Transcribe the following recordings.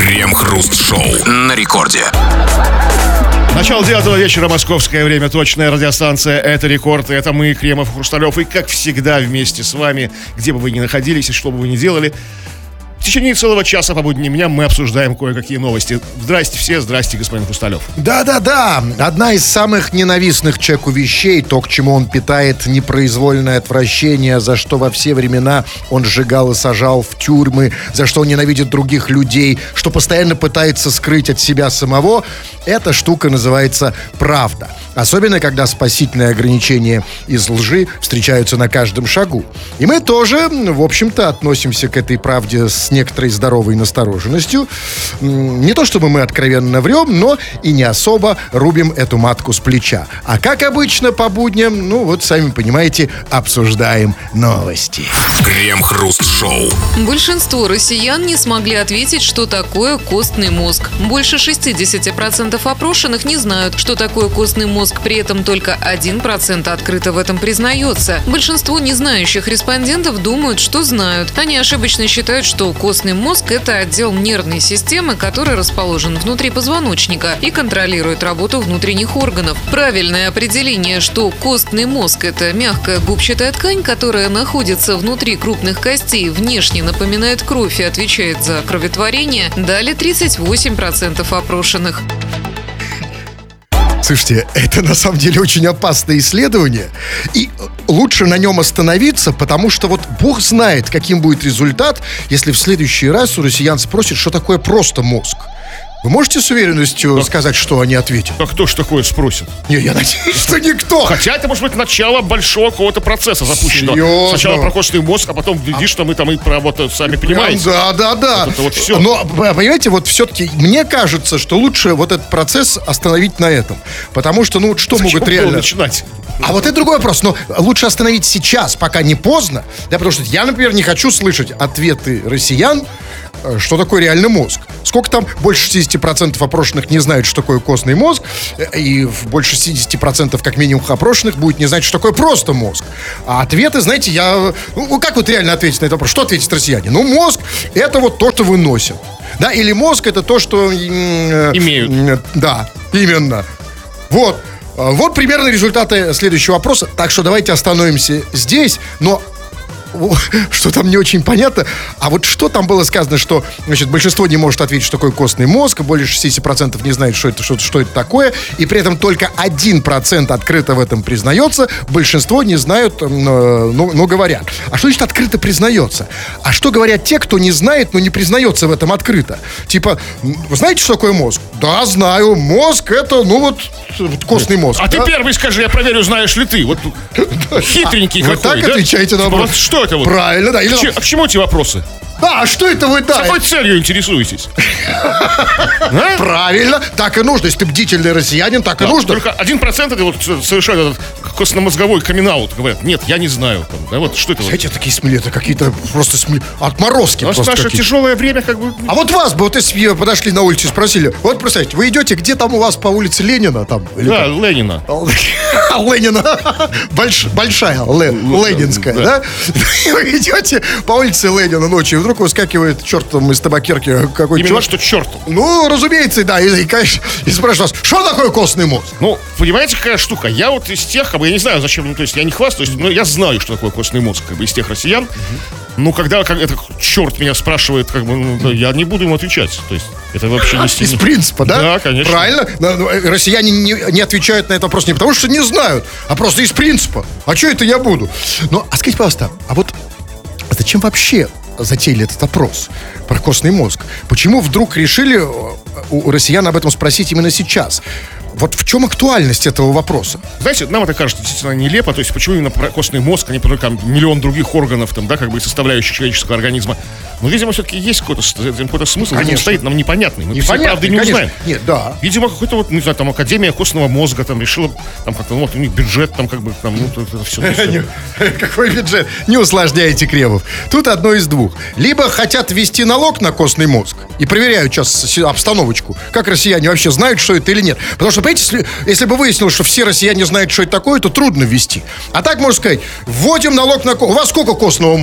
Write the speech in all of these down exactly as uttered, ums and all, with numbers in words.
Крем-хруст-шоу на рекорде. Начало девятого вечера, московское время, точная радиостанция «Это Рекорд», и это мы, Кремов, Хрусталев, и как всегда вместе с вами, где бы вы ни находились и что бы вы ни делали, в течение целого часа по будним дням мы обсуждаем кое-какие новости. Здрасте все, здрасте, господин Хрусталев. Да-да-да, одна из самых ненавистных человеку вещей, то, к чему он питает непроизвольное отвращение, за что во все времена он сжигал и сажал в тюрьмы, за что он ненавидит других людей, что постоянно пытается скрыть от себя самого, эта штука называется правда. Особенно, когда спасительные ограничения из лжи встречаются на каждом шагу. И мы тоже, в общем-то, относимся к этой правде с некоторой здоровой настороженностью. Не то чтобы мы откровенно врем, но и не особо рубим эту матку с плеча. А как обычно по будням, ну вот сами понимаете, обсуждаем новости. Крем-хруст-шоу. Большинство россиян не смогли ответить, что такое костный мозг. Больше шестьдесят процентов опрошенных не знают, что такое костный мозг, при этом только один процент открыто в этом признается. Большинство незнающих респондентов думают, что знают. Они ошибочно считают, что костный мозг – это отдел нервной системы, который расположен внутри позвоночника и контролирует работу внутренних органов. Правильное определение, что костный мозг – это мягкая губчатая ткань, которая находится внутри крупных костей, внешне напоминает кровь и отвечает за кроветворение, дали тридцать восемь процентов опрошенных. Слушайте, это на самом деле очень опасное исследование, и лучше на нем остановиться, потому что вот бог знает, каким будет результат, если в следующий раз у россиян спросят, что такое просто мозг. Вы можете с уверенностью так, сказать, что они ответят? А кто ж такое спросит? Не, я надеюсь, что никто. Хотя это может быть начало большого какого-то процесса запущенного. Серьезно? Сначала про костный мозг, а потом глядишь, что мы там и про вот, сами понимаете. Да, да, да. Вот это вот все. Но, понимаете, вот все-таки мне кажется, что лучше вот этот процесс остановить на этом. Потому что, ну, вот что Зачем могут было реально... начинать? А вот это другой вопрос. Но лучше остановить сейчас, пока не поздно. Да, потому что я, например, не хочу слышать ответы россиян, что такое реальный мозг. Сколько там? Больше шестьдесят процентов опрошенных не знают, что такое костный мозг. И больше шестьдесят процентов, как минимум, опрошенных будет не знать, что такое просто мозг. А ответы, знаете, я... Ну, как вот реально ответить на этот вопрос? Что ответить россияне? Ну, мозг — это вот то, что выносят. Да, или мозг — это то, что... Э, Имеют. Да, именно. Вот. Вот примерно результаты следующего вопроса. Так что давайте остановимся здесь. Но что там не очень понятно. А вот что там было сказано, что, значит, большинство не может ответить, что такое костный мозг, более шестьдесят процентов не знает, что это, что, что это такое, и при этом только один процент открыто в этом признается, большинство не знают, но, но говорят. А что значит открыто признается? А что говорят те, кто не знает, но не признается в этом открыто? Типа, вы знаете, что такое мозг? Да, знаю. Мозг — это, ну вот, костный мозг. А да? ты первый скажи, я проверю, знаешь ли ты. Вот хитренький а, какой, вы так да? отвечаете на вопрос? Вот что это вот? Правильно, да. Или... К, а к чему эти вопросы? Да, а что это вы, да? С какой целью интересуетесь? А? Правильно, так и нужно. Если ты бдительный россиянин, так Да, и нужно. Только один процент это вот совершают этот костно-мозговой камин-аут. Говорят, нет, я не знаю. Там, да, вот что это? Эти такие смели, это какие-то просто смели... Отморозки У нас просто наше какие-то. тяжелое время как бы... А вот вас бы, вот если бы подошли на улице и спросили, вот представьте, вы идете, где там у вас по улице Ленина? Там, или Да, там? Ленина. Ленина. Больш, большая, Лен, Ленинская, да? да? И вы идете по улице Ленина ночью, и вдруг выскакивает черт там из табакерки какой-то Именно чувак. что черт. Ну, разумеется, да, и, и, конечно, и спрашивает вас, что такое костный мозг? Ну, понимаете, какая штука? Я вот из тех, как бы, я не знаю, зачем, ну, то есть я не хвастаюсь, но я знаю, что такое костный мозг, как бы, из тех россиян. Ну, когда как, это черт меня спрашивает, как бы, ну, я не буду ему отвечать. То есть, это вообще не... Из принципа, да? Да, конечно. Правильно? Россияне не, не отвечают на этот вопрос не потому, что не знают, а просто из принципа. А что это я буду? Ну, а скажите, пожалуйста, а вот зачем вообще затеяли этот опрос про костный мозг? Почему вдруг решили у россиян об этом спросить именно сейчас? Вот в чем актуальность этого вопроса? Знаете, нам это кажется действительно нелепо. То есть, почему именно про костный мозг, а не про там, миллион других органов, там, да, как бы составляющих человеческого организма. Но, видимо, все-таки есть какой-то, какой-то смысл. Он стоит нам непонятный. Мы все правды не узнаем. Нет, да. Видимо, какой-то вот, не знаю, там, Академия костного мозга там решила, там, как-то, ну, вот у них бюджет, там, как бы, там, ну, это все. Какой бюджет? Не усложняйте, Кремов. Тут одно из двух. Либо хотят ввести налог на костный мозг и проверяют сейчас обстановочку, как россияне вообще знают, что это или нет. Потому что, понимаете, если, если бы выяснилось, что все россияне знают, что это такое, то трудно ввести. А так можно сказать, вводим налог на... У вас сколько костного мозга?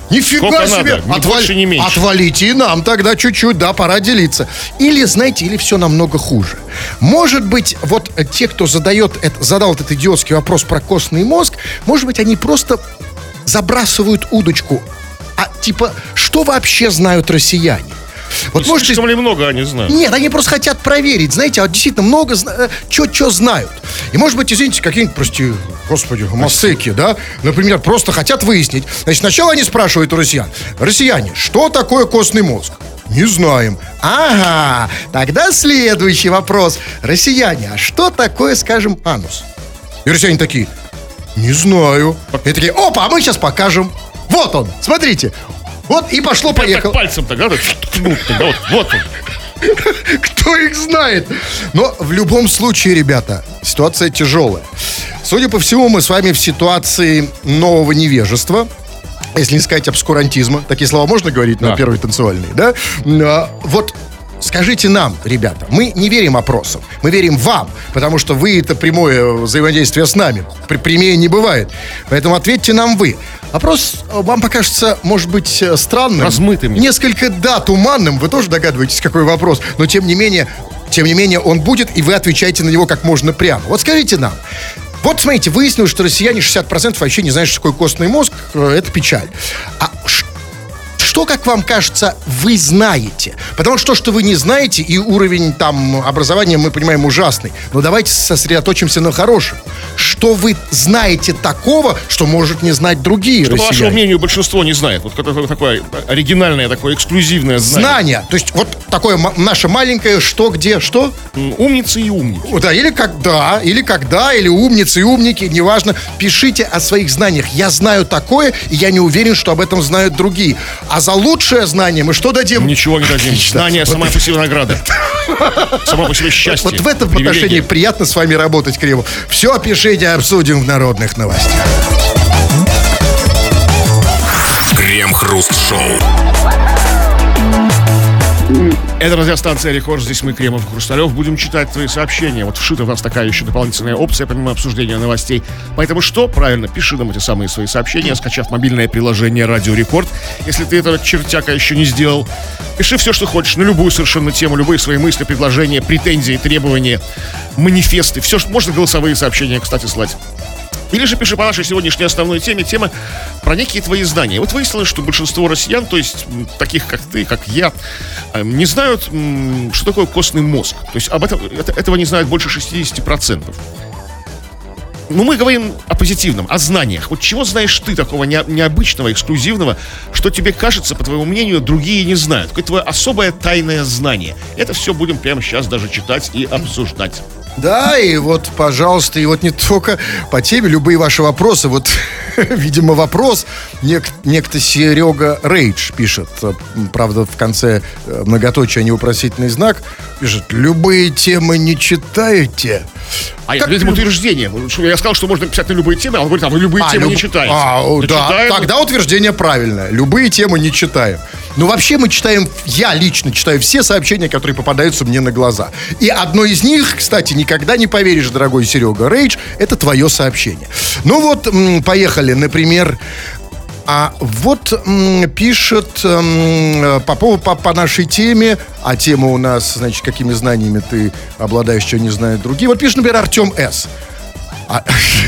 Нифига Сколько себе! надо, ни больше, ни меньше. Отвалите и нам тогда чуть-чуть, да, пора делиться. Или, знаете, или все намного хуже. Может быть, вот э, те, кто задает, это, задал этот идиотский вопрос про костный мозг, может быть, они просто забрасывают удочку. А типа, что вообще знают россияне? Вот Не можете... слишком ли много они знают? Нет, они просто хотят проверить, знаете, а вот действительно много, что знают. И, может быть, извините, какие-нибудь, прости, господи, гомосеки, да, например, просто хотят выяснить. Значит, сначала они спрашивают у россиян: россияне, что такое костный мозг? Не знаем. Ага, тогда следующий вопрос. Россияне, а что такое, скажем, анус? И россияне такие: не знаю. И такие: опа, а мы сейчас покажем. Вот он, смотрите. Вот и пошло-поехало. Пальцем-то, да, ткнуть-то, да, вот, вот он. Кто их знает? Но в любом случае, ребята, ситуация тяжелая. Судя по всему, мы с вами в ситуации нового невежества, если не сказать обскурантизма. Такие слова можно говорить Да. на первой танцевальной, да? А, вот скажите нам, ребята, мы не верим опросам, мы верим вам, потому что вы — это прямое взаимодействие с нами. При- Прямее не бывает. Поэтому ответьте нам вы. Опрос вам покажется, может быть, э, странным. Размытым. Несколько, да, туманным. Вы тоже догадываетесь, какой вопрос. Но, тем не менее, тем не менее, он будет, и вы отвечаете на него как можно прямо. Вот скажите нам. Вот, смотрите, выяснилось, что россияне шестьдесят процентов вообще не знают, что такое костный мозг. Это печаль. А ш- что, как вам кажется, вы знаете? Потому что то, что вы не знаете, и уровень там образования, мы понимаем, ужасный. Но давайте сосредоточимся на хорошем. Что вы знаете такого, что может не знать другие Что, по вашему россияне? мнению, большинство не знает. Вот какое такое оригинальное, такое эксклюзивное знание. Знания. То есть вот такое м- наше маленькое что, где, что? М, Умницы и умники. О, Да, или когда, или когда, или умницы и умники, неважно. Пишите о своих знаниях. Я знаю такое, и я не уверен, что об этом знают другие. А за лучшее знание мы что дадим? Ничего не дадим. Отлично. Знание Вот сама по себе награда. Сама по себе счастье. Вот в этом привилегия. отношении приятно с вами работать, Кремов. Все пишите, обсудим в народных новостях. Крем-хруст-шоу. Это радиостанция «Рекорд». Здесь мы, Кремов и Хрусталев, будем читать твои сообщения. Вот вшита в нас такая еще дополнительная опция, помимо обсуждения новостей. Поэтому что? Правильно, пиши нам эти самые свои сообщения, скачав мобильное приложение «Радио Рекорд». Если ты этого чертяка еще не сделал, пиши все, что хочешь, на любую совершенно тему, любые свои мысли, предложения, претензии, требования, манифесты. Все, что можно, голосовые сообщения, кстати, слать. Или же пиши по нашей сегодняшней основной теме, тема про некие твои знания. Вот выяснилось, что большинство россиян, то есть м, таких, как ты, как я, э, не знают, м, что такое костный мозг. То есть об этом, это- этого не знают больше шестьдесят процентов. Но мы говорим о позитивном, о знаниях. Вот чего знаешь ты такого не- необычного, эксклюзивного, что тебе кажется, по твоему мнению, другие не знают? Какое твое особое тайное знание? Это все будем прямо сейчас даже читать и обсуждать. Да, и вот, пожалуйста, и вот не только по теме, любые ваши вопросы. Вот, видимо, вопрос нек- некто Серега Рейдж пишет. Правда, в конце э, многоточия, а не вопросительный знак. Пишет: любые темы не читаете. А Как это, видимо, люб- утверждение. Что Я сказал, что можно писать на любые темы, а он говорит, а вы любые А, темы люб- не читаете. А, о, Да да, читаем. тогда утверждение правильное. Любые темы не читаем. Но вообще мы читаем, я лично читаю все сообщения, которые попадаются мне на глаза. И одно из них, кстати, никогда не поверишь, дорогой Серега Рейдж, это твое сообщение. Ну вот, м, поехали, например... А вот м, пишет м, по, поводу- по, по нашей теме, а тема у нас, значит, какими знаниями ты обладаешь, что не знают другие. Вот пишет, например, Артем С. А,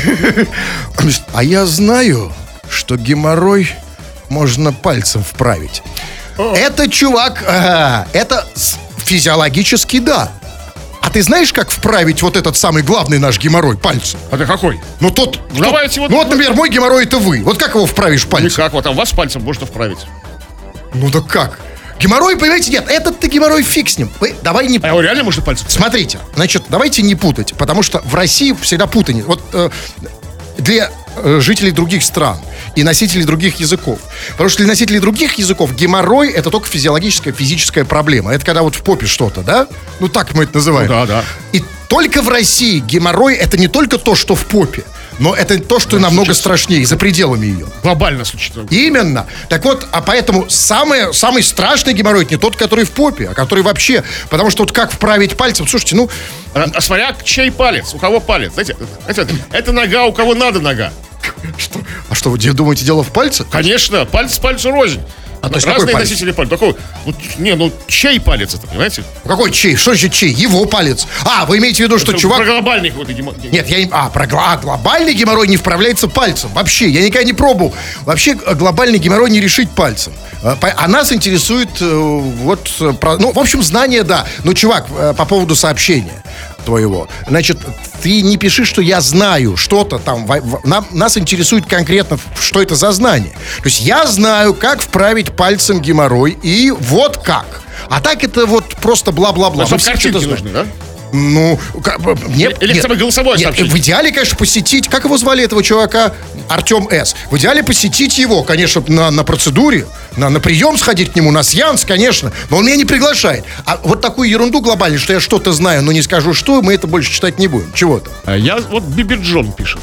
а я знаю, что геморрой можно пальцем вправить. Это, чувак, ага, это с- физиологически да. А ты знаешь, как вправить вот этот самый главный наш геморрой пальцем? А ты какой? Ну тот, кто- Давайте вот- ну вот, например, мой геморрой это вы. Вот как его вправишь пальцем? Никак, вот а вас пальцем можно вправить. Ну да как? Геморрой, понимаете, нет, этот-то геморрой фиг с ним. Вы давай не... А его реально можно пальцем? Смотрите, значит, давайте не путать, потому что в России всегда путание. Вот э, для э, жителей других стран и носителей других языков. Потому что для носителей других языков геморрой — это только физиологическая, физическая проблема. Это когда вот в попе что-то, да? Ну так мы это называем. Ну да, да. И только в России геморрой — это не только то, что в попе, но это то, что намного случается. страшнее, за пределами ее. Глобально случится. Именно. Так вот, а поэтому самое, самый страшный геморрой — это не тот, который в попе, а который вообще. Потому что вот как вправить пальцем, слушайте, ну, А, а смотря чей палец, у кого палец. Знаете, это, это нога, у кого надо нога. Что? А что, вы думаете, дело в пальце? Конечно, палец пальцу рознь. А то есть разные какой палец? носители пальца. Такой, ну, не, ну, чей палец это, понимаете? Какой чей? Что же чей? Его палец. А, вы имеете в виду, что Это чувак... Про глобальный какой-то гемо- Нет, я не... А, про гла- а, глобальный геморрой не вправляется пальцем. Вообще, я никогда не пробовал. Вообще, э, глобальный геморрой не решить пальцем. А, по- а нас интересует, э, вот, э, про- ну, в общем, знание, да. Ну, чувак, э, по поводу сообщения твоего. Значит, ты не пиши, что я знаю что-то там. В- в- нам, нас интересует конкретно, что это за знание. То есть я знаю, как вправить пальцем геморрой, и вот как. А так это вот просто бла-бла-бла. Чтобы Вы все картинки что-то нужны, да? Ну, как бы, нет, Или нет, хотя бы голосовое нет, сообщение. в идеале, конечно, посетить, как его звали, этого чувака, Артем С. В идеале посетить его, конечно, на, на процедуре, на, на прием сходить к нему, на сеанс, конечно, но он меня не приглашает. А вот такую ерунду глобальную, что я что-то знаю, но не скажу что, мы это больше читать не будем. Чего-то. А я, вот Биби Джон пишет.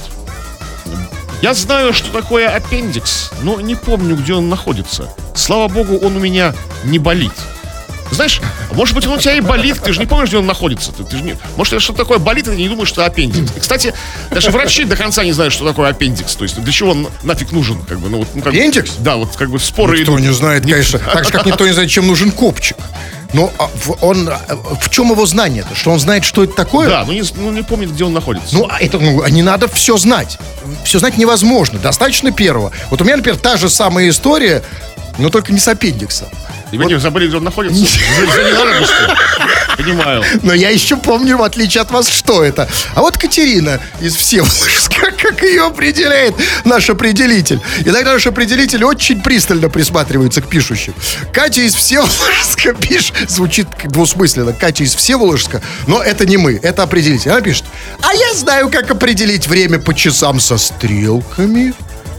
Я знаю, что такое аппендикс, но не помню, где он находится. Слава богу, он у меня не болит. Знаешь, может быть, он у тебя и болит, ты же не помнишь, где он находится. Ты, ты же не, может, это что-то такое болит, и ты не думаешь, что аппендикс. И, кстати, даже врачи до конца не знают, что такое аппендикс. То есть для чего он нафиг нужен? Как бы, ну, вот, ну, как бы- Аппендикс? Да, вот как бы споры Никто идут. не знает, конечно. Так же, как никто не знает, чем нужен копчик. Но а, в- он, а, в чем его знание-то? Что он знает, что это такое? Да, ну не, ну не помнит, где он находится. Ну, а это, ну, не надо все знать. Все знать невозможно. Достаточно первого. Вот у меня, например, та же самая история, но только не с аппендиксом. И вы не забыли, где он находится? За ненадобностью. Понимаю. Но я еще помню, в отличие от вас, что это. А вот Катерина из Всеволожска, как ее определяет наш определитель. Иногда наш определитель очень пристально присматривается к пишущим. Катя из Всеволожска пишет, звучит двусмысленно, Катя из Всеволожска, но это не мы, это определитель. Она пишет: а я знаю, как определить время по часам со стрелками.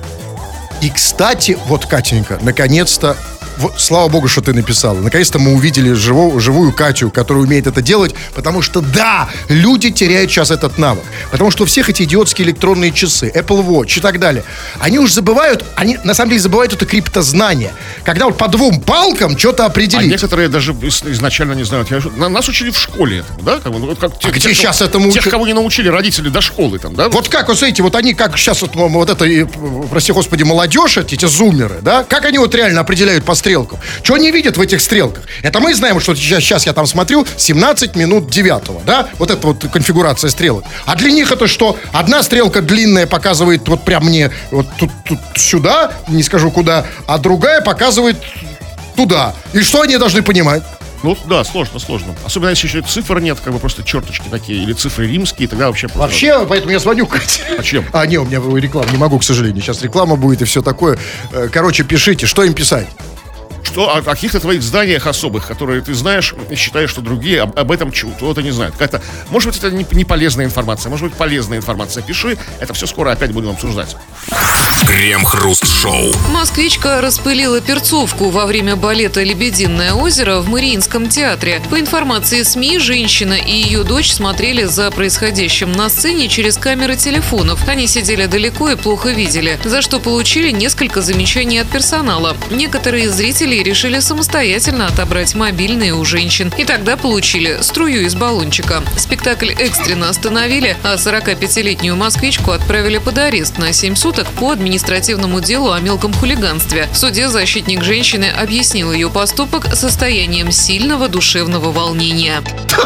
И, кстати, вот, Катенька, наконец-то, вот, слава богу, что ты написала. Наконец-то мы увидели живую, живую Катю, которая умеет это делать, потому что, да, люди теряют сейчас этот навык. Потому что у всех эти идиотские электронные часы, Apple Watch и так далее, они уже забывают, они на самом деле забывают это криптознание. Когда вот по двум палкам что-то А определить. некоторые даже из- изначально не знают. Я, на- нас учили в школе этому, да? Как бы, ну, вот как те- где тех, сейчас кого- этому Тех, учат? кого не научили родители до школы там, да? Вот как, вот смотрите, вот они, как сейчас вот, м, вот это, э, прости господи, молодежь, эти, эти зумеры, да, как они вот реально определяют по стрелкам? Что они видят в этих стрелках? Это мы знаем, что сейчас, сейчас я там смотрю, семнадцать минут девятого, да, вот эта вот конфигурация стрелок. А для них это что? Одна стрелка длинная показывает вот прям мне вот тут, тут сюда, не скажу куда, а другая показывает туда. И что они должны понимать? Ну да, сложно, сложно. Особенно если еще цифр нет, как бы просто черточки такие, или цифры римские, тогда вообще... просто- Вообще, поэтому я звоню Кате. А чем? А, не, у меня реклама, не могу, к сожалению. Сейчас реклама будет и все такое. Э, Короче, пишите, что им писать? Что о каких-то твоих знаниях особых, которые ты знаешь, и считаешь, что другие об, об этом чего-то не знают. Какая-то, может быть, это не, не полезная информация, может быть, полезная информация. Пиши, это все скоро опять будем обсуждать. Крем-хруст-шоу. Москвичка распылила перцовку во время балета «Лебединое озеро» в Мариинском театре. По информации СМИ, женщина и ее дочь смотрели за происходящим на сцене через камеры телефонов. Они сидели далеко и плохо видели, за что получили несколько замечаний от персонала. Некоторые зрители решили самостоятельно отобрать мобильные у женщин. И тогда получили струю из баллончика. Спектакль экстренно остановили, а сорокапятилетнюю москвичку отправили под арест на семь суток по административному делу о мелком хулиганстве. В суде защитник женщины объяснил ее поступок состоянием сильного душевного волнения.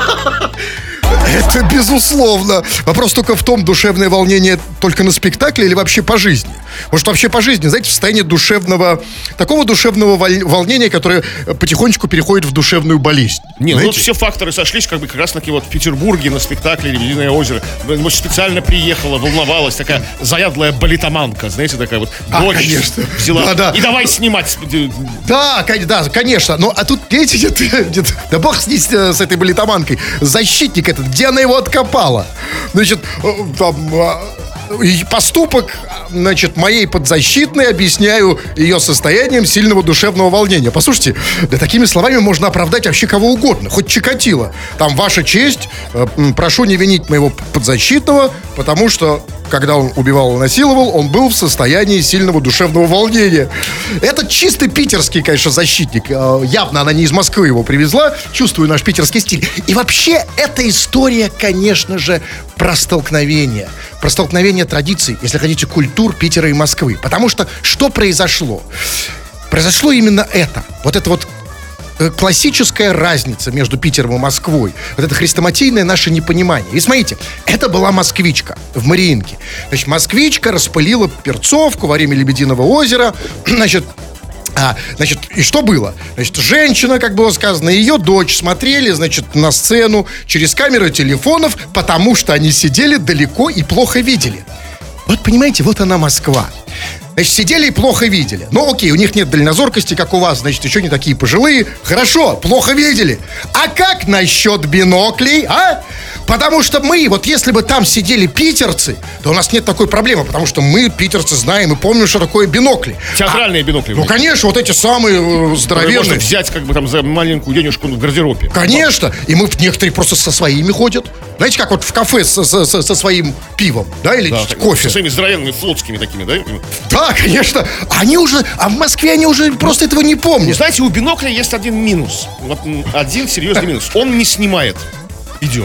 Это безусловно. Вопрос только в том, душевное волнение только на спектакле или вообще по жизни. Может, вообще по жизни, знаете, в состоянии душевного, такого душевного воль- волнения, которое потихонечку переходит в душевную болезнь. Не, ну Знаете? вот все факторы сошлись, как бы как раз таки вот в Петербурге на спектакле «Лебединое озеро». Вот специально приехала, волновалась, такая заядлая балетоманка, знаете, такая вот А, дочь конечно. взяла. Да, да. И давай снимать. Да, кон- да, конечно. Но а тут, видите, где-то- где-то- да бог с ней, с, с этой балетоманкой. Защитник этот, где она его откопала? Значит, э, там, э, и поступок, значит, моей подзащитной объясняю ее состоянием сильного душевного волнения. Послушайте, да такими словами можно оправдать вообще кого угодно, хоть Чикатило. Там, ваша честь, э, м, прошу не винить моего подзащитного, потому что когда он убивал и насиловал, он был в состоянии сильного душевного волнения. Это чисто питерский, конечно, защитник. Явно она не из Москвы его привезла. Чувствую наш питерский стиль. И вообще, эта история, конечно же, про столкновение. Про столкновение традиций, если хотите, культур Питера и Москвы. Потому что что произошло? Произошло именно это. Вот это вот классическая разница между Питером и Москвой. Вот это хрестоматийное наше непонимание. И смотрите, это была москвичка в Мариинке. Значит, москвичка распылила перцовку во время Лебединого озера. Значит, А, значит, и что было? Значит, женщина, как было сказано, и ее дочь смотрели, значит, на сцену через камеры телефонов, потому что они сидели далеко и плохо видели. Вот, понимаете, вот она Москва. Значит, сидели и плохо видели. Ну, окей, у них нет дальнозоркости, как у вас, значит, еще не такие пожилые. Хорошо, плохо видели. А как насчет биноклей, а? Потому что мы, вот если бы там сидели питерцы, то у нас нет такой проблемы, потому что мы, питерцы, знаем и помним, что такое бинокли. Театральные а, бинокли. Ну, конечно, вот эти самые э, здоровенные. Можно взять как бы там за маленькую денежку в гардеробе. Конечно. И мы некоторые просто со своими ходят. Знаете, как вот в кафе со, со, со своим пивом, да, или да, кофе. Со своими здоровенными флотскими такими, да? Да, конечно. Они уже, а в Москве они уже просто этого не помнят. Знаете, у бинокля есть один минус. Вот один серьезный минус. Он не снимает видео.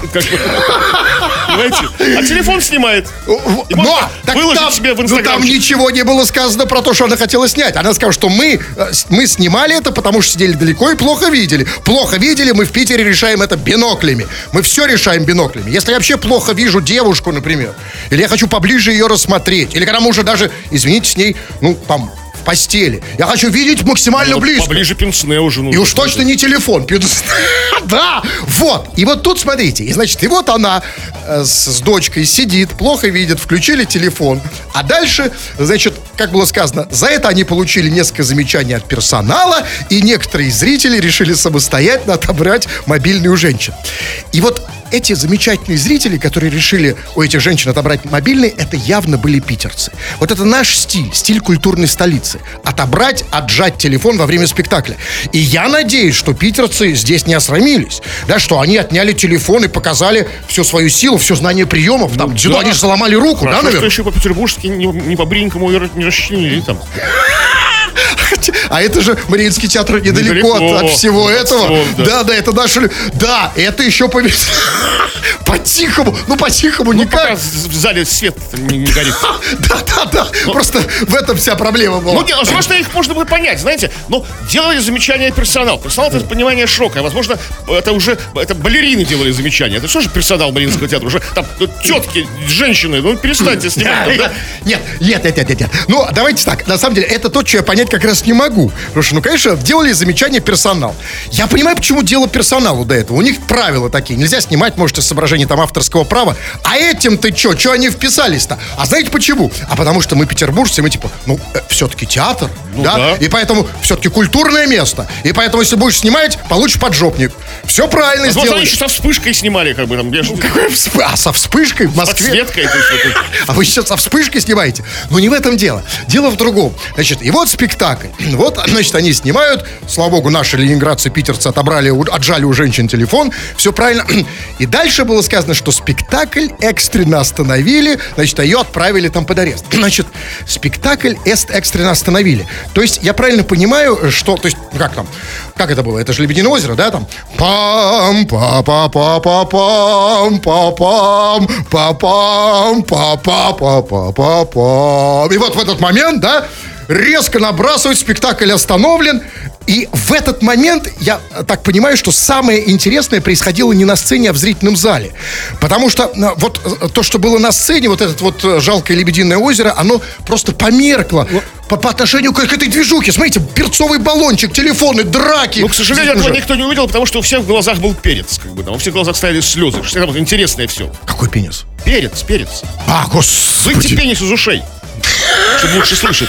Понимаете? А телефон снимает. И Но, можно выложить там, себе в ну, Инстаграм. там ничего не было сказано про то, что она хотела снять. Она сказала, что мы, мы снимали это, потому что сидели далеко и плохо видели. Плохо видели, мы в Питере решаем это биноклями. Мы все решаем биноклями. Если я вообще плохо вижу девушку, например, или я хочу поближе ее рассмотреть, или когда мы уже даже, извините, с ней, ну, там, в постели. Я хочу видеть максимально ну, вот близко. Поближе пенсне уже нужно. И уж точно не телефон. Да, вот. И вот тут, смотрите, и значит, и вот она э, с, с дочкой сидит, плохо видит, включили телефон. А дальше, значит, как было сказано, за это они получили несколько замечаний от персонала, и некоторые зрители решили самостоятельно отобрать мобильный у женщин. И вот эти замечательные зрители, которые решили у этих женщин отобрать мобильный, это явно были питерцы. Вот это наш стиль, стиль культурной столицы. Отобрать, отжать телефон во время спектакля. И я надеюсь, что питерцы здесь не осрамились. Да, что они отняли телефон и показали всю свою силу, все знание приемов. Там, Ну, да. они же заломали руку, Хорошо, да, наверное? что еще по-петербургски не, не по-бринькому не расчленили там. А это же Мариинский театр недалеко, Недалеко. От, от всего этого. Вон, да. да, да, это наши... Да, это еще по... По-тихому, ну по-тихому Ну, никак. пока в зале свет не, не горит. Да, да, да. Просто в этом вся проблема была. Ну, не, что их можно было понять, знаете. Но делали замечания персонал. Персонал — это понимание широкое. Возможно, это уже это балерины делали замечания. Это что же персонал Мариинского театра? Уже там ну, тетки, женщины, ну перестаньте снимать. Там, да? Нет, нет, нет, нет, нет, нет. Ну, давайте так. На самом деле, это то, что я понять как раз не могу. Потому что, ну, конечно, делали замечания персонал. Я понимаю, почему дело персоналу до этого. У них правила такие. Нельзя снимать, может, из соображений там авторского права. А этим ты что? Что они вписались-то? А знаете почему? А потому что мы петербуржцы, мы типа, ну, э, все-таки театр, Ну да? да. И поэтому все-таки культурное место. И поэтому, если будешь снимать, получишь поджопник. Все правильно Возможно, сделали. они еще со вспышкой снимали, как бы там. Я ж- Какой всп- А со вспышкой в Москве? Подсветкой. то есть, вот, А вы сейчас со вспышкой снимаете? Но не в этом дело. Дело в другом. Значит, и вот спектакль. Вот, значит, они снимают. Слава богу, наши ленинградцы, питерцы отобрали, у- отжали у женщин телефон. Все правильно. И дальше было сказано, что спектакль экстренно остановили. Значит, ее отправили там под арест. Значит, спектакль эст- экстренно остановили. То есть, я правильно понимаю, что... То есть, ну, как там? Как это было? Это же Лебединое озеро, да? Там пам па па па па пам па пам па пам па па па па па пам. И вот в этот момент, да, резко набрасывают, спектакль остановлен. И в этот момент, я так понимаю, что самое интересное происходило не на сцене, а в зрительном зале. Потому что э, вот э, то, что было на сцене, вот это вот э, жалкое Лебединое озеро, оно просто померкло по, по отношению к, к этой движухе. Смотрите, перцовый баллончик, телефоны, драки. Ну, к сожалению, этого Уже. никто не увидел, потому что у всех в глазах был перец, как бы там. У всех в глазах стояли слезы. Что там интересное все. Какой пенис? Перец, перец. А, господи. Выньте пенис из ушей, чтобы лучше слышать.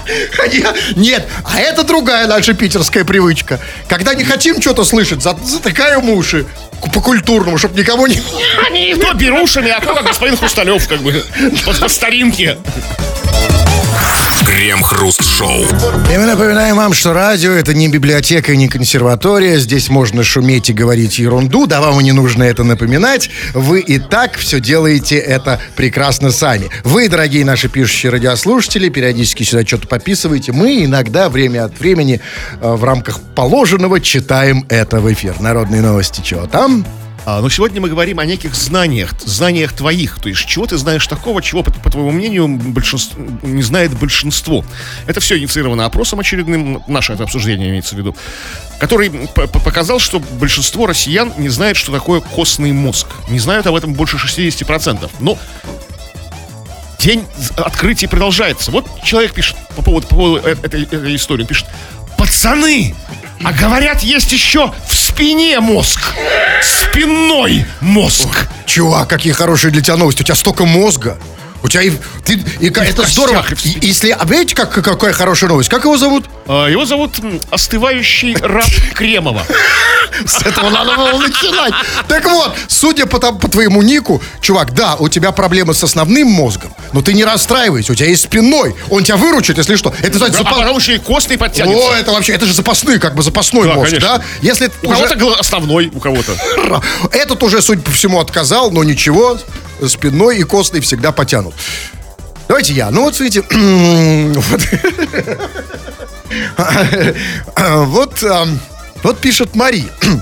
Нет, а это другая наша питерская привычка. Когда не хотим что-то слышать, за- затыкаем уши по-культурному, чтобы никого не... Кто берушами, а кто как господин Хрусталев, как бы, по, по старинке. Крем-хруст-шоу. И мы напоминаем вам, что радио — это не библиотека и не консерватория. Здесь можно шуметь и говорить ерунду. Да вам и не нужно это напоминать. Вы и так все делаете это прекрасно сами. Вы, дорогие наши пишущие радиослушатели, периодически сюда что-то подписываете. Мы иногда, время от времени, э, в рамках положенного читаем это в эфир. Народные новости, чего там? А, но сегодня мы говорим о неких знаниях, знаниях твоих. То есть, чего ты знаешь такого, чего, по, по твоему мнению, большинство, не знает большинство. Это все инициировано опросом очередным, наше это обсуждение имеется в виду, который показал, что большинство россиян не знает, что такое костный мозг. Не знают об этом больше шестьдесят процентов. Но день открытий продолжается. Вот человек пишет по поводу, по поводу этой, этой истории, пишет: пацаны, а говорят, есть еще в спине мозг. Спинной мозг. Чувак, какие хорошие для тебя новости. У тебя столько мозга. У тебя и, ты, и, и это здорово. И, если, а видите, как, какая хорошая новость? Как его зовут? А, его зовут остывающий раб Кремова. С этого надо было начинать. Так вот, судя по, по твоему нику, чувак, да, у тебя проблемы с основным мозгом, но ты не расстраивайся, у тебя есть спинной. Он тебя выручит, если что. Это, значит, запас... А потом еще и костный подтянется. О, это вообще, это же запасной, как бы запасной да, мозг, конечно. да? Если у уже... кого-то основной, у кого-то. Этот уже, судя по всему, отказал, но ничего, спинной и костный всегда потянут. Давайте я. Ну вот, видите, вот, вот пишет Мари.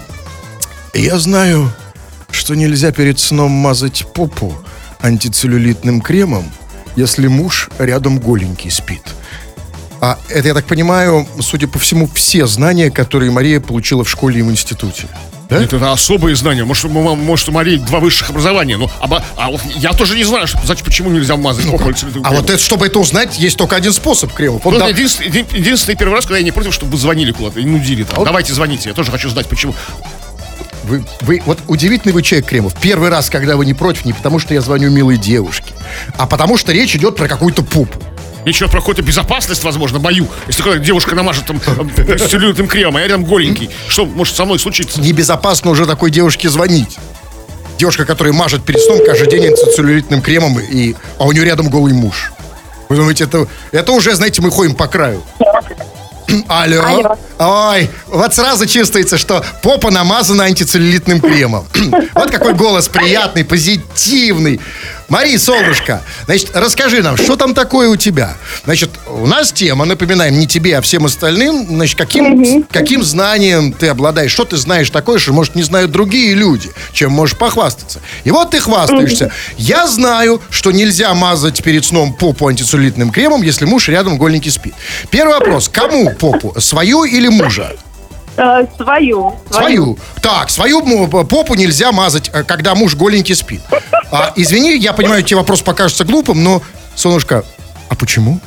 Я знаю, что нельзя перед сном мазать попу антицеллюлитным кремом, если муж рядом голенький спит. А это, я так понимаю, судя по всему, все знания, которые Мария получила в школе и в институте. Да? Это, это особые знания. Может, может, у Марии два высших образования. Ну, а, а вот я тоже не знаю, что, значит, почему нельзя мазать попу антицеллюлитным А кремом. вот это, чтобы это узнать, есть только один способ, Кремов. Ну, да... единственный, единственный первый раз, когда я не против, чтобы вы звонили куда-то и нудили там. Вот. Давайте звоните, я тоже хочу знать, почему. Вы, вы, вот удивительный вы человек, Кремов. Первый раз, когда вы не против, не потому что я звоню милой девушке, а потому что речь идет про какую-то попу. Ничего, про какую-то безопасность, возможно, бою. Если какая-то девушка намажет там целлюлитным кремом, а я рядом голенький, что может со мной случиться? Небезопасно уже такой девушке звонить. Девушка, которая мажет перед сном каждый день целлюлитным кремом, и, а у нее рядом голый муж. Вы думаете, это, это уже, знаете, мы ходим по краю. Алло. Алло. Ой, вот сразу чувствуется, что попа намазана антицеллюлитным кремом. Вот какой голос приятный, позитивный. Мари, солнышко, значит, расскажи нам, что там такое у тебя? Значит, у нас тема, напоминаем, не тебе, а всем остальным. Значит, каким, mm-hmm. каким знанием ты обладаешь? Что ты знаешь такое, что, может, не знают другие люди? Чем можешь похвастаться? И вот ты хвастаешься. Mm-hmm. Я знаю, что нельзя мазать перед сном попу антицеллюлитным кремом, если муж рядом голенький спит. Первый вопрос. Кому попу? Свою или мужа? Свою, свою. Свою. Так, свою попу нельзя мазать, когда муж голенький спит. А, извини, я понимаю, тебе вопрос покажется глупым, но, солнышко, а почему?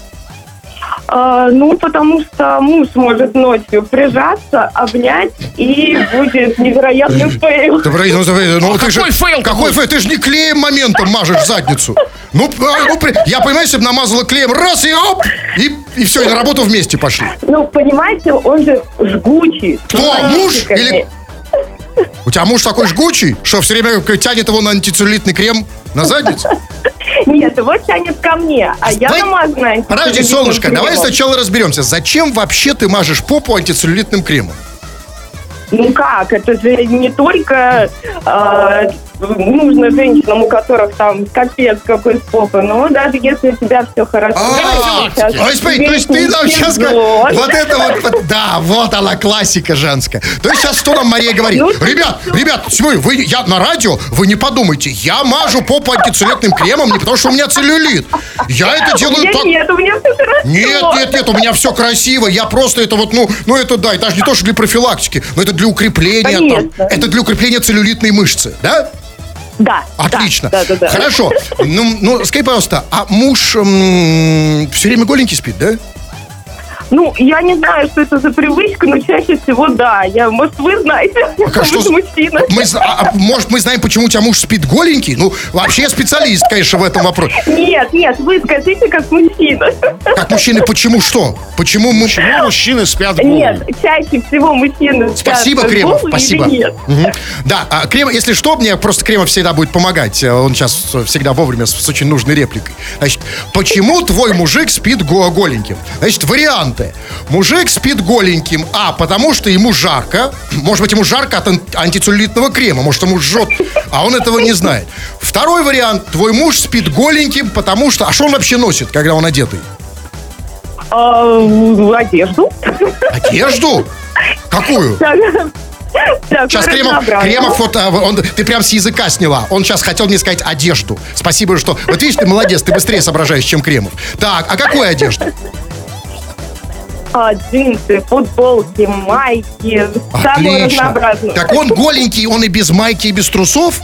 А, ну, потому что муж может ночью прижаться, обнять, и будет невероятный фейл. Да, ну, ну, а ты какой же, фейл? Какой фейл? Ты же не клеем моментом мажешь задницу. Ну, ну, я понимаю, если бы намазала клеем, раз и оп, и, и все, и на работу вместе пошли. Ну, понимаете, он же жгучий. Кто? Муж? Или... У тебя муж такой жгучий, что все время тянет его на антицеллюлитный крем на задницу? Нет, его тянет ко мне, а я Вы... намазана антицеллюлитным Подожди, солнышко, кремом. давай сначала разберемся. Зачем вообще ты мажешь попу антицеллюлитным кремом? Ну как, это же не только э, нужно женщинам, у которых там капец какой с попы, но даже если у тебя все хорошо. А, ой, смотри, то есть ты нам сейчас... Вот это вот, да, вот она, классика женская. То есть сейчас что нам Мария говорит? Ребят, ребят, вы, я на радио, вы не подумайте, я мажу попу антицеллюлитным кремом не потому, что у меня целлюлит. Я это делаю так... Нет, у меня все хорошо. Нет, нет, нет, у меня все красиво. Я просто это вот, ну, ну это да, это же не то, что для профилактики, но это для укрепления там, это для укрепления целлюлитной мышцы, да? Да. Отлично. Да, да, да. Хорошо. Ну, ну, скажи, пожалуйста, а муж м- все время голенький спит, да? Ну, я не знаю, что это за привычка, но чаще всего да. Я, может, вы знаете, А что вы с- мужчина. Мы, зна- а, а, может, мы знаем, почему у тебя муж спит голенький? Ну, вообще я специалист, конечно, в этом вопросе. Нет, нет, вы скажите, как мужчина. Как мужчины, почему что? Почему мы... Почему мужчины спят Нет, голыми? чаще всего мужчины спят Спасибо, с Кремов, голыми спасибо. или нет? Мгм. Да, а, Крем, если что, мне просто Кремов всегда будет помогать. Э, Он сейчас всегда вовремя с, с очень нужной репликой. Значит, почему твой мужик спит го- голеньким? Значит, варианты. Мужик спит голеньким, а, потому что ему жарко. Может быть, ему жарко от ан- антицеллюлитного крема. Может, ему жжет, а он этого не знает. Второй вариант. Твой муж спит голеньким, потому что... А что он вообще носит, когда он одетый? А, одежду. Одежду? Какую? Так, так, Сейчас Кремов, разнообразно. Кремов вот, а, он, ты прям с языка сняла. Он сейчас хотел мне сказать одежду. Спасибо, что... Вот видишь, ты молодец, ты быстрее соображаешь, чем Кремов. Так, а какую одежду? А, джинсы, футболки, майки, самую разнообразную. Так он голенький, он и без майки, и без трусов?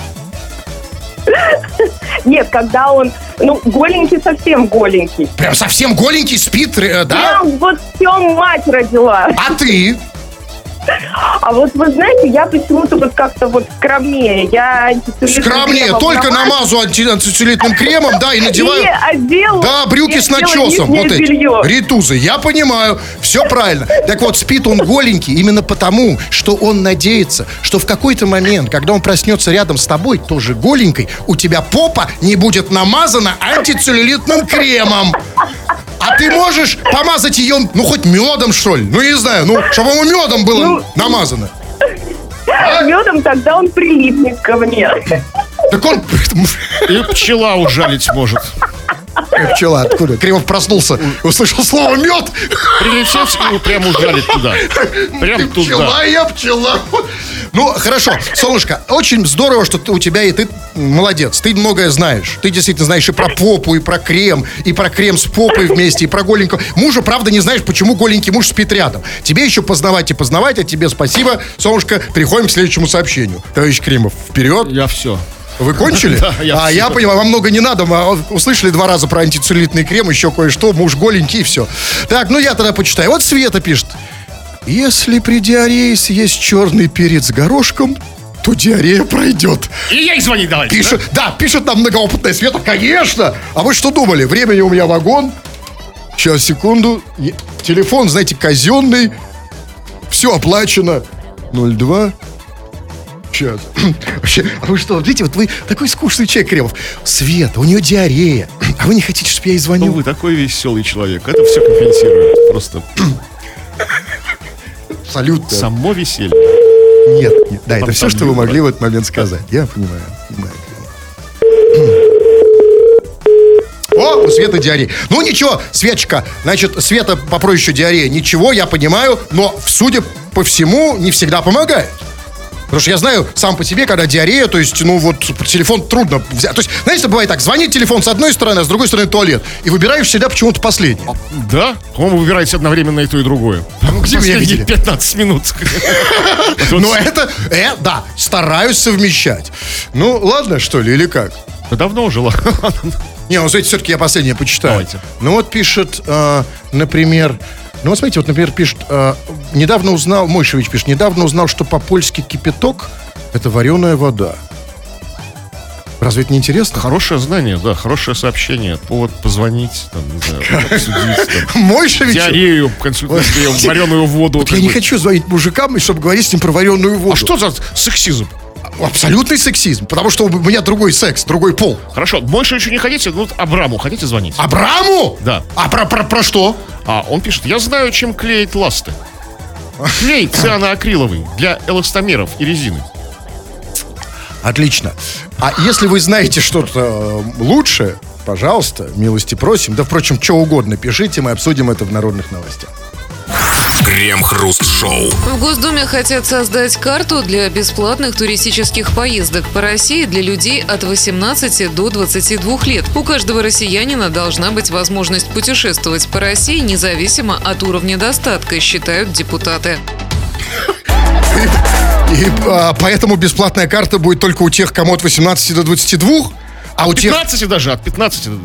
Нет, когда он, ну, голенький, совсем голенький. Прям совсем голенький спит, э, да? Прям вот в чем мать родила. А ты? А вот вы знаете, я почему-то вот как-то вот скромнее. Я антицеллюлитным Скромнее, кремом только намазала намазу анти- антицеллюлитным кремом, да, и надеваю... и одела, Да, брюки и с одела начесом. нижнее Вот эти. белье. Ритузы. Я понимаю. Все правильно. Так вот, спит он голенький именно потому, что он надеется, что в какой-то момент, когда он проснется рядом с тобой, тоже голенькой, у тебя попа не будет намазана антицеллюлитным кремом. А ты можешь помазать ее, ну, хоть медом, что ли? Ну, не знаю, ну, чтобы ему медом было Ну, намазано. Медом тогда он прилипнет ко мне. Так он... И пчела ужалить может. Э, Пчела, откуда? Кремов проснулся, услышал слово «мед». Прилететь и прям ужалить туда. Прям Ты туда. пчела, я пчела. Ну, хорошо, солнышко, очень здорово, что ты, у тебя и ты молодец, ты многое знаешь. Ты действительно знаешь и про попу, и про крем, и про крем с попой вместе, и про голенького. Мужа, правда, не знаешь, почему голенький муж спит рядом. Тебе еще познавать и познавать, а тебе спасибо. Солнышко, переходим к следующему сообщению. Товарищ Кремов, вперед. Я все. Вы кончили? Да, я а всё. я понимаю, вам много не надо. Мы услышали два раза про антицеллюлитный крем, еще кое-что. Муж голенький, и все. Так, ну я тогда почитаю. Вот Света пишет. Если при диарее съесть черный перец с горошком, то диарея пройдет. И ей звонить давайте. Пишет, да, пишет нам многоопытная Света, конечно. А вы что думали? Времени у меня вагон. Сейчас, секунду. Е- Телефон, знаете, казенный. Все оплачено. ноль два. Сейчас. Вообще, а вы что, видите, вот вы такой скучный человек, Кремов. Света, у нее диарея. А вы не хотите, чтобы я ей Ну, звонил? вы такой веселый человек. Это все компенсирует. Просто Абсолютно. само веселье. Нет, нет. Да, это Там все, сам что вы любит, могли в этот момент сказать. Я понимаю. понимаю. О, у Светы диарея. Ну, ничего, Светочка, значит, Света по прозвищу диарея. Ничего, я понимаю, но, судя по всему, не всегда помогает. Потому что я знаю сам по себе, когда диарея, то есть, ну, вот, телефон трудно взять. То есть, знаете, бывает так, звонит телефон с одной стороны, а с другой стороны туалет. И выбираешь всегда почему-то последний. Да? По-моему, вы выбираете одновременно и то, и другое. Ну, где меня Последние видели? пятнадцать минут. Вот Но это, э, да, стараюсь совмещать. Ну, ладно, что ли, или как? давно уже, ладно. Не, ну, смотрите, все-таки я последнее почитаю. Давайте. Ну, вот пишет, э, например... Ну, вот смотрите, вот, например, пишет... э, недавно узнал, Мойшевич пишет, недавно узнал, что по-польски кипяток – это вареная вода. Разве это не интересно? Хорошее знание, да, хорошее сообщение. Повод позвонить, там, не знаю, обсудить, там, Мойшевич... диарею, консультацию, вареную воду. Вот как я не бы. хочу звонить мужикам, чтобы говорить с ним про вареную воду. А что за сексизм? Абсолютный сексизм, потому что у меня другой секс, другой пол. Хорошо, больше еще не хотите, ну, вот Абраму хотите звонить? Абраму? Да. А про, про, про что? А он пишет, я знаю, чем клеить ласты. Клей цианоакриловый для эластомеров и резины. Отлично. А если вы знаете что-то э, лучше, пожалуйста, милости просим. Да, впрочем, что угодно пишите, мы обсудим это в народных новостях. Крем-хруст-шоу. В Госдуме хотят создать карту для бесплатных туристических поездок по России для людей от восемнадцати до двадцати двух лет. У каждого россиянина должна быть возможность путешествовать по России независимо от уровня достатка, считают депутаты. И а, поэтому бесплатная карта будет только у тех, кому от восемнадцати до двадцати двух, а у тех... пятнадцати даже, от пятнадцати.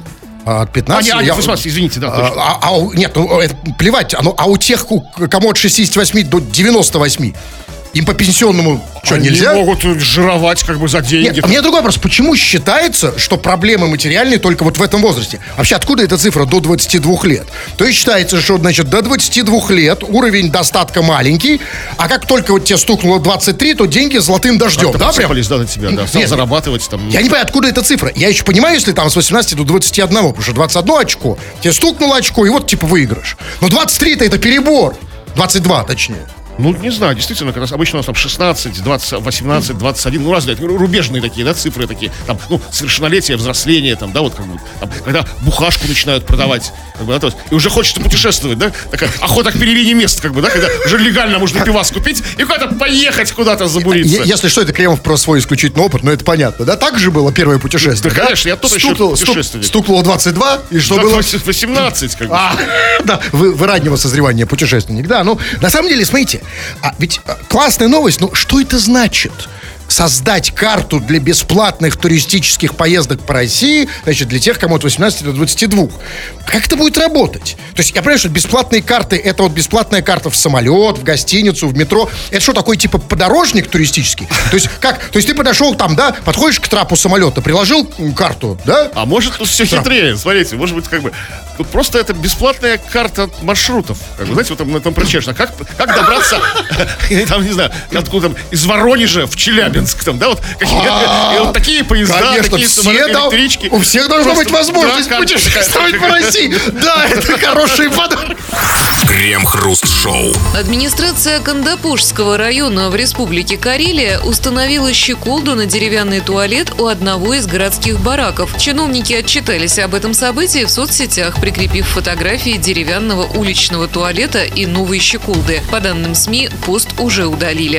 А от А, пятнадцати... не, а, я- восемнадцать, извините, да, точно. А, а у- нет, ну, это плевать, а, ну, а у тех, у- кому от шестидесяти восьми до девяноста восьми, им по пенсионному что, Они нельзя? могут жировать как бы за деньги. Нет, у меня другой вопрос. Почему считается, что проблемы материальные только вот в этом возрасте? Вообще, откуда эта цифра до двадцати двух лет? То есть считается, что, значит, до двадцати двух лет уровень достатка маленький, а как только вот тебе стукнуло двадцать три, то деньги золотым дождем, Как-то да, прям? посыпались, да, на тебя, да. Стал Нет, зарабатывать там. Я не понимаю, откуда эта цифра. Я еще понимаю, если там с восемнадцати до двадцати одного, потому что двадцать одно очко, тебе стукнуло очко, и вот типа выигрыш. Но двадцать три-то это перебор. двадцать два, точнее. Ну, не знаю, действительно, как раз обычно у нас там шестнадцать, двадцать, восемнадцать, двадцать один, ну, разные, рубежные такие, да, цифры такие, там, ну, совершеннолетие, взросление, там, да, вот как бы, там, когда бухашку начинают продавать, как бы, да, то есть, и уже хочется путешествовать, да, такая охота к перемене мест, как бы, да, когда уже легально можно пивас купить и куда-то поехать, куда-то забуриться. Е- Если что, это Кремов про свой исключительный опыт, но это понятно, да? Так же было первое путешествие. Да, конечно, я тоже еще Стукнуло- стук- путешественник. Стукнуло двадцать два, и что Да, было? восемнадцать, как бы. А, да, вы, вы раннего созревания путешественник, да. Ну, на самом деле, смотрите, а ведь а, классная новость, но что это значит? Создать карту для бесплатных туристических поездок по России, значит, для тех, кому от восемнадцати до двадцати двух. Как это будет работать? То есть я понимаю, что бесплатные карты, это вот бесплатная карта в самолет, в гостиницу, в метро. Это что, такой типа подорожник туристический? То есть как? То есть ты подошел там, да, подходишь к трапу самолета, приложил м, карту, да? А может, тут все хитрее, смотрите, может быть, как бы, тут просто это бесплатная карта маршрутов, как бы, знаете, вот там, на этом прочешно, как, как добраться, там, не знаю, откуда там, из Воронежа в Челябинск, там, да, вот, какие, и вот такие поезда, Конечно, такие все самолеты, дол- электрички. у всех должна Просто, быть возможность да, карта путешествовать такая. по России. Да, это хороший подарок. Крем-хруст-шоу. Администрация Кандапушского района в Республике Карелия установила щеколду на деревянный туалет у одного из городских бараков. Чиновники отчитались об этом событии в соцсетях, прикрепив фотографии деревянного уличного туалета и новой щеколды. По данным СМИ, пост уже удалили.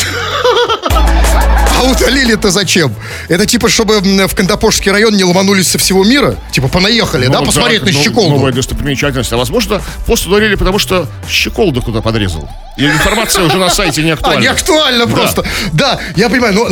А удалили-то зачем? Это типа, чтобы м, в Кандапошский район не ломанулись со всего мира? Типа понаехали, да, Ну, посмотреть на ну, щеколду? Новая достопримечательность. А возможно, пост ударили, потому что щеколду куда подрезал. И информация уже на сайте не А, актуальна. не актуально просто. Да, я понимаю, но...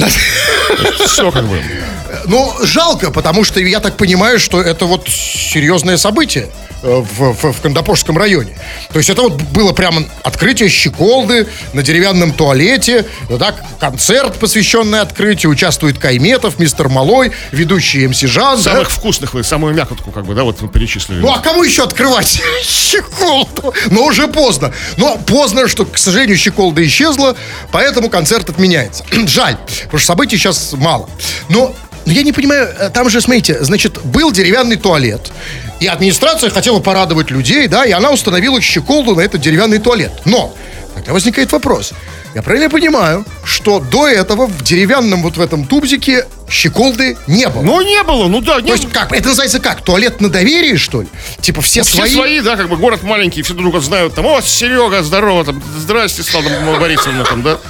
Все как бы. Ну, жалко, потому что я так понимаю, что это вот серьезное событие э, в, в, в Кандапошском районе. То есть это вот было прямо открытие щеколды на деревянном туалете, ну так, концерт, посвященный открытию, участвует Кайметов, мистер Малой, ведущий эм си Жан. да? Самых вкусных вы, самую мякотку, как бы, да, вот вы перечислили. Ну, а кому еще открывать щеколду? Но уже поздно. Но поздно, что, к сожалению, щеколда исчезла, поэтому концерт отменяется. Жаль, потому что событий сейчас мало. Но но я не понимаю, э, там же, смотрите, значит, был деревянный туалет, и администрация хотела порадовать людей, да, и она установила щеколду на этот деревянный туалет. Но тогда возникает вопрос. Я правильно понимаю, что до этого в деревянном вот в этом тубзике щеколды не было? Ну, не было, ну да, не То есть как? Это называется как? Туалет на доверии, что ли? Типа все Ну, все свои? свои, да, как бы город маленький, все друг друга знают. Там, о, Серега, здорово, там, здрасте, Слава Борисовна, там, да.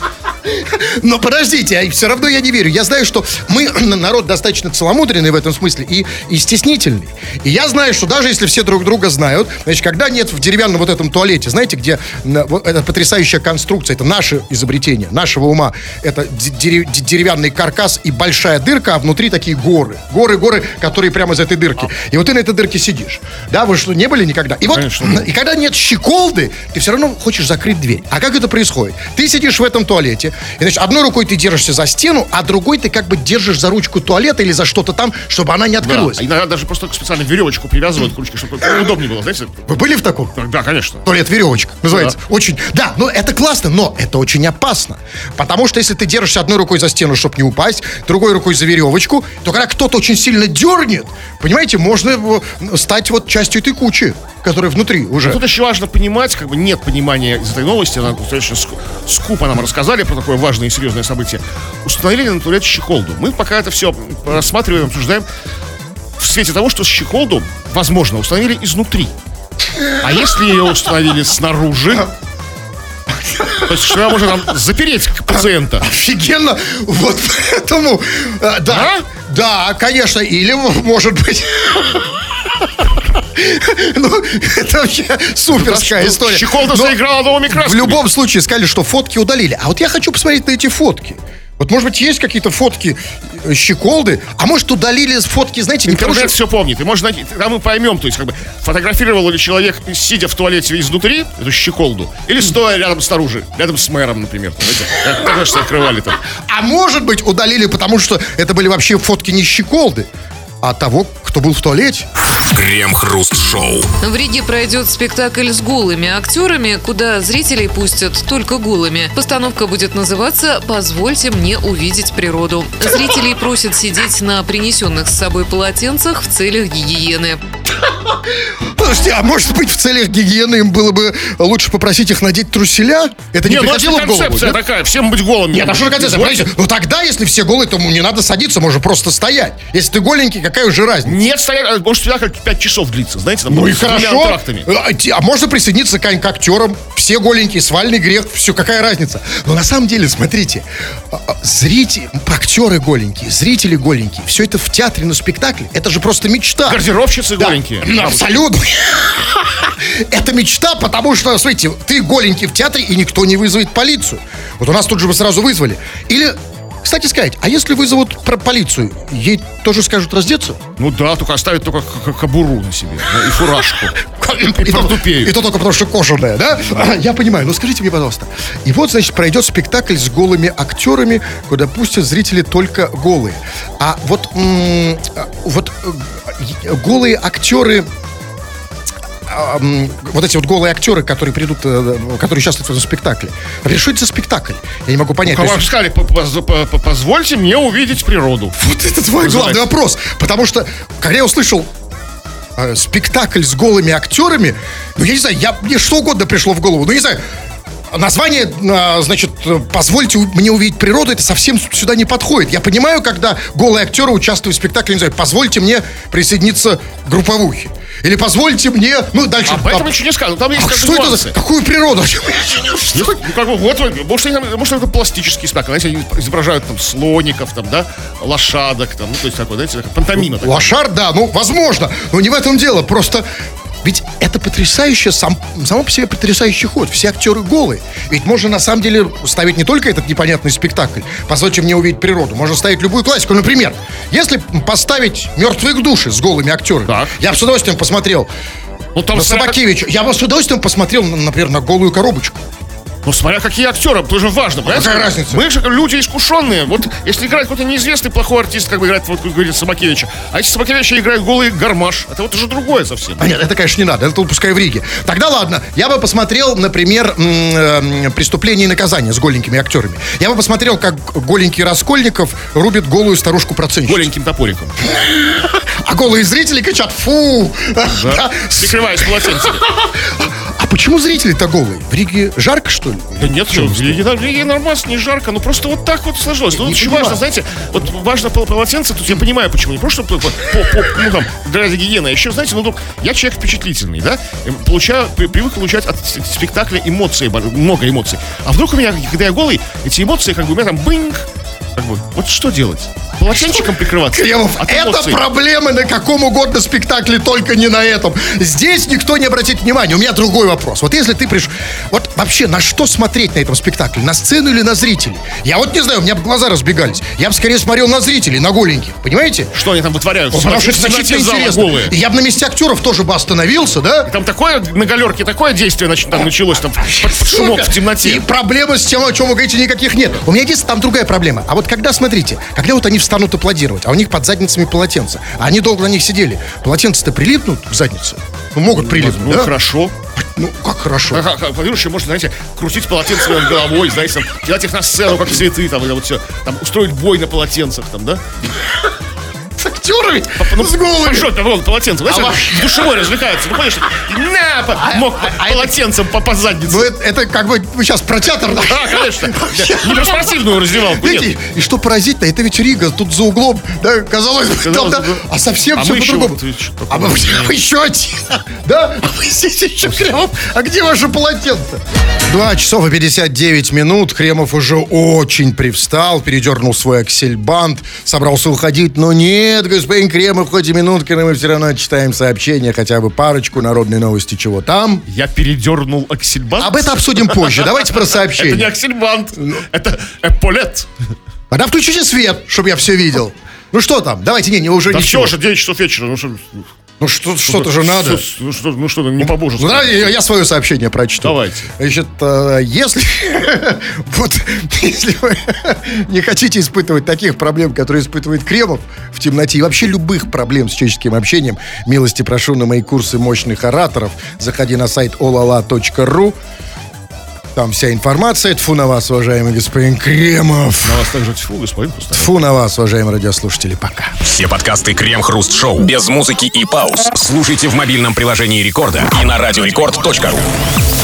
Но подождите, а все равно я не верю. Я знаю, что мы народ достаточно целомудренный в этом смысле и, и стеснительный. И я знаю, что даже если все друг друга знают, значит, когда нет в деревянном вот этом туалете, знаете, где на, вот, эта потрясающая конструкция, это наше изобретение, нашего ума, это дерев- деревянный каркас и большая дырка, а внутри такие горы. Горы, горы, которые прямо из этой дырки. И вот ты на этой дырке сидишь. Да, вы что, не были никогда? И вот, Конечно, был. и когда нет щеколды, ты все равно хочешь закрыть дверь. А как это происходит? Ты сидишь в этом туалете, и, значит, одной рукой ты держишься за стену, а другой ты как бы держишь за ручку туалета или за что-то там, чтобы она не Да. открылась. А иногда даже просто специально веревочку привязывают к ручке, чтобы удобнее было, знаете? Вы были в таком? Да, конечно. Туалет веревочка называется. Очень. Да, ну это классно, но это очень опасно. Потому что если ты держишься одной рукой за стену, чтобы не упасть, другой рукой за веревочку, то когда кто-то очень сильно дернет, понимаете, можно э, стать вот частью этой кучи, которая внутри уже. Тут еще важно понимать, как бы нет понимания из этой новости, она достаточно ск- скупо нам рассказали про такое важное и серьезное событие. Установили на туалете щеколду. Мы пока это все рассматриваем, обсуждаем в свете того, что щеколду, возможно, установили изнутри. А если ее установили снаружи, то есть, что можно там запереть пациента. Офигенно! Вот поэтому... э, да, да, конечно, или, может быть... Ну, это вообще суперская Что, история. щеколда Но заиграла новыми красками. в любом случае сказали, что фотки удалили. А вот я хочу посмотреть на эти фотки. Вот, может быть, есть какие-то фотки э, щеколды, а может, удалили фотки, знаете, не Интернет потому что... все помнит. И можно найти, там мы поймем, то есть, как бы, фотографировал ли человек, сидя в туалете изнутри, эту щеколду, или стоя рядом снаружи, рядом с мэром, например. Знаете, что открывали там. А может быть, удалили, потому что это были вообще фотки не щеколды, а того, кто был в туалете. Крем-хруст-шоу. В Риге пройдет спектакль с голыми актерами, куда зрителей пустят только голыми. Постановка будет называться «Позвольте мне увидеть природу». Зрителей просят сидеть на принесенных с собой полотенцах в целях гигиены. Подожди, а может быть, в целях гигиены им было бы лучше попросить их надеть труселя? Это не Нет, ну это приходило в голову? концепция Нет? такая, всем быть голыми. Нет, а что концепция? Подождите, ну тогда, если все голые, то не надо садиться, можно просто стоять. Если ты голенький, какая уже разница? Нет, стоять, может, всегда как пять часов длится, знаете, там, Ну и с двумя хорошо. антрактами. А, те- а можно присоединиться к, к актерам. Все голенькие, свальный грех, все, какая разница. Но на самом деле, смотрите, а, а, зрители, актеры голенькие, зрители голенькие, все это в театре, на спектакле, это же просто мечта. Гардеробщицы Да, голенькие. абсолютно. Это мечта, потому что, смотрите, ты голенький в театре, и никто не вызовет полицию. Вот у нас тут же бы сразу вызвали. Или, кстати сказать, а если вызовут про полицию, ей тоже скажут раздеться? Ну да, только оставить только к- к- кобуру на себе, да, и фуражку. И, И то, портупею. и то только потому, что кожаная, да? Я понимаю, но скажите мне, пожалуйста. И вот, значит, пройдет спектакль с голыми актерами, куда пустят зрители только голые. А вот, м, а, вот э, голые актеры... а, м, Вот эти вот голые актеры, которые придут, э, которые участвуют в этом спектакле. Вообще, что это за спектакль? Я не могу понять. То Кого есть- сказали, «По- по- по- по- позвольте мне увидеть природу. Вот это твой Называется. главный вопрос. Потому что, когда я услышал э, спектакль с голыми актерами, ну, я не знаю, я, мне что угодно пришло в голову. Ну, не знаю, название, э, значит, э, «Позвольте у- мне увидеть природу», это совсем с- сюда не подходит. Я понимаю, когда голые актеры участвуют в спектакле, не знаю, «Позвольте мне присоединиться к групповухе». Или «Позвольте мне...» Ну, дальше... Об этом там- ничего не сказано. Там есть А как бы что это нюансы. за... Какую природу? Ну, ну, как бы, вот, вы- может, они там- может, это пластический спектакль. Знаете, они изображают там слоников, там, да, лошадок, там, ну, то есть такой, знаете, такая пантомима. такая. Лошар, да, ну, возможно. Но не в этом дело. Просто ведь это потрясающе, сам, само по себе потрясающий ход. Все актеры голые. Ведь можно на самом деле ставить не только этот непонятный спектакль, «Позвольте мне увидеть природу». Можно ставить любую классику. Например, если поставить «Мертвые души» с голыми актерами, Так. я бы с удовольствием посмотрел Ну, там на смотря как- Собакевича. Я бы с удовольствием посмотрел, на- например, на «Голую коробочку». Ну, смотря какие актеры, тоже важно. понимаете? какая разница? Мы же люди искушенные. Вот если играет какой-то неизвестный плохой артист, как бы играет, вот, как говорит Собакевича, а если Собакевича играет голый гармаш, это вот уже другое совсем. А нет, это, конечно, не надо. Это пускай в Риге. Тогда ладно. Я бы посмотрел, например, м, э, «Преступление и наказание» с голенькими актерами. Я бы посмотрел, как голенький Раскольников рубит голую старушку-процентщицу. Голеньким топориком. А голые зрители кричат «фу!» Да. Прикрываясь полотенцем. А почему зрители-то голые? В Риге жарко, что ли? Да нет, что, в Риге, в Риге нормально, не жарко, ну просто вот так вот сложилось. Ну, Не очень понимаю. важно, знаете, вот важно пол- полотенце, тут я понимаю, почему. Не просто, по- по- по- ну там, для гигиены, а еще, знаете, ну, ну, я человек впечатлительный, да, и получаю, при- привык получать от с- спектакля эмоции, бо- много эмоций. А вдруг у меня, когда я голый, эти эмоции, как бы, у меня там бынк, как бы, вот что делать? Полотенчиком прикрываться? Кремов, От это эмоций. проблемы на каком угодно спектакле, только не на этом. Здесь никто не обратит внимания. У меня другой вопрос. Вот если ты пришел... Вот вообще, на что смотреть на этом спектакле? На сцену или на зрителей? Я вот не знаю, у меня бы глаза разбегались. Я бы скорее смотрел на зрителей, на голеньких. Понимаете? Что они там вытворяют? Вот потому что это В темноте значительно зала интересно. голые. И я бы на месте актеров тоже бы остановился, да? Там такое, на галерке такое действие нач- там началось, там, под, под шумок в И темноте. проблемы с тем, о чем вы говорите, никаких нет. У меня есть там другая проблема. А вот когда, смотрите, когда вот они встанут аплодировать, а у них под задницами полотенца, а они долго на них сидели, полотенца-то прилипнут к заднице? Ну, могут прилипнуть, Ну, да? хорошо. Ну, как хорошо. Как, как, как, еще можно, знаете, крутить полотенце над головой, знаете, там, кидать их на сцену, как цветы, там, это вот все, там, устроить бой на полотенцах, там, да? С актерами? Ну, С голыми? пошел, там, вон, полотенце, знаете, А вот в душевой развлекаются, ну, понимаешь, и на, по- мог по- а это- полотенцем по, по заднице. Ну, это, это как бы вы сейчас про театр, да? Да, конечно. Да, не про спортивную раздевалку, нет. Видите, и что поразительно, это ведь Рига, тут за углом, да, казалось бы, там, да, бы. а совсем А все мы еще по-другому. вот, что А такое? мы еще один, да? А вы здесь еще Кремов, а где ваше полотенце? Два часов и пятьдесят девять минут, Кремов уже очень привстал, передернул свой аксельбант, собрался уходить, но нет, господин Кремов, хоть и минутки, но мы все равно читаем сообщения, хотя бы парочку народной новости, чего там. Я передернул аксельбант. Об этом обсудим позже, давайте про Это не сообщения. аксельбант, это эполет. Тогда включите свет, чтобы я все видел. Ну что там? Давайте, не, не уже Да ничего. все же, девять часов вечера. Ну что, Ну что, что-то же надо. Что, ну что, ну что, не по-божески. Ну, давай я, я свое сообщение прочту. Давайте. Значит, э, если, вот, если вы не хотите испытывать таких проблем, которые испытывает Кремов в темноте, и вообще любых проблем с человеческим общением, милости прошу на мои курсы мощных ораторов. Заходи на сайт олала точка ру. Там вся информация. Тьфу на вас, уважаемый господин Кремов. На вас также тьфу, господин Хрусталев. Тьфу на вас, уважаемые радиослушатели. Пока. Все подкасты Крем-Хруст-Шоу без музыки и пауз слушайте в мобильном приложении Рекорда и на радиорекорд точка ру.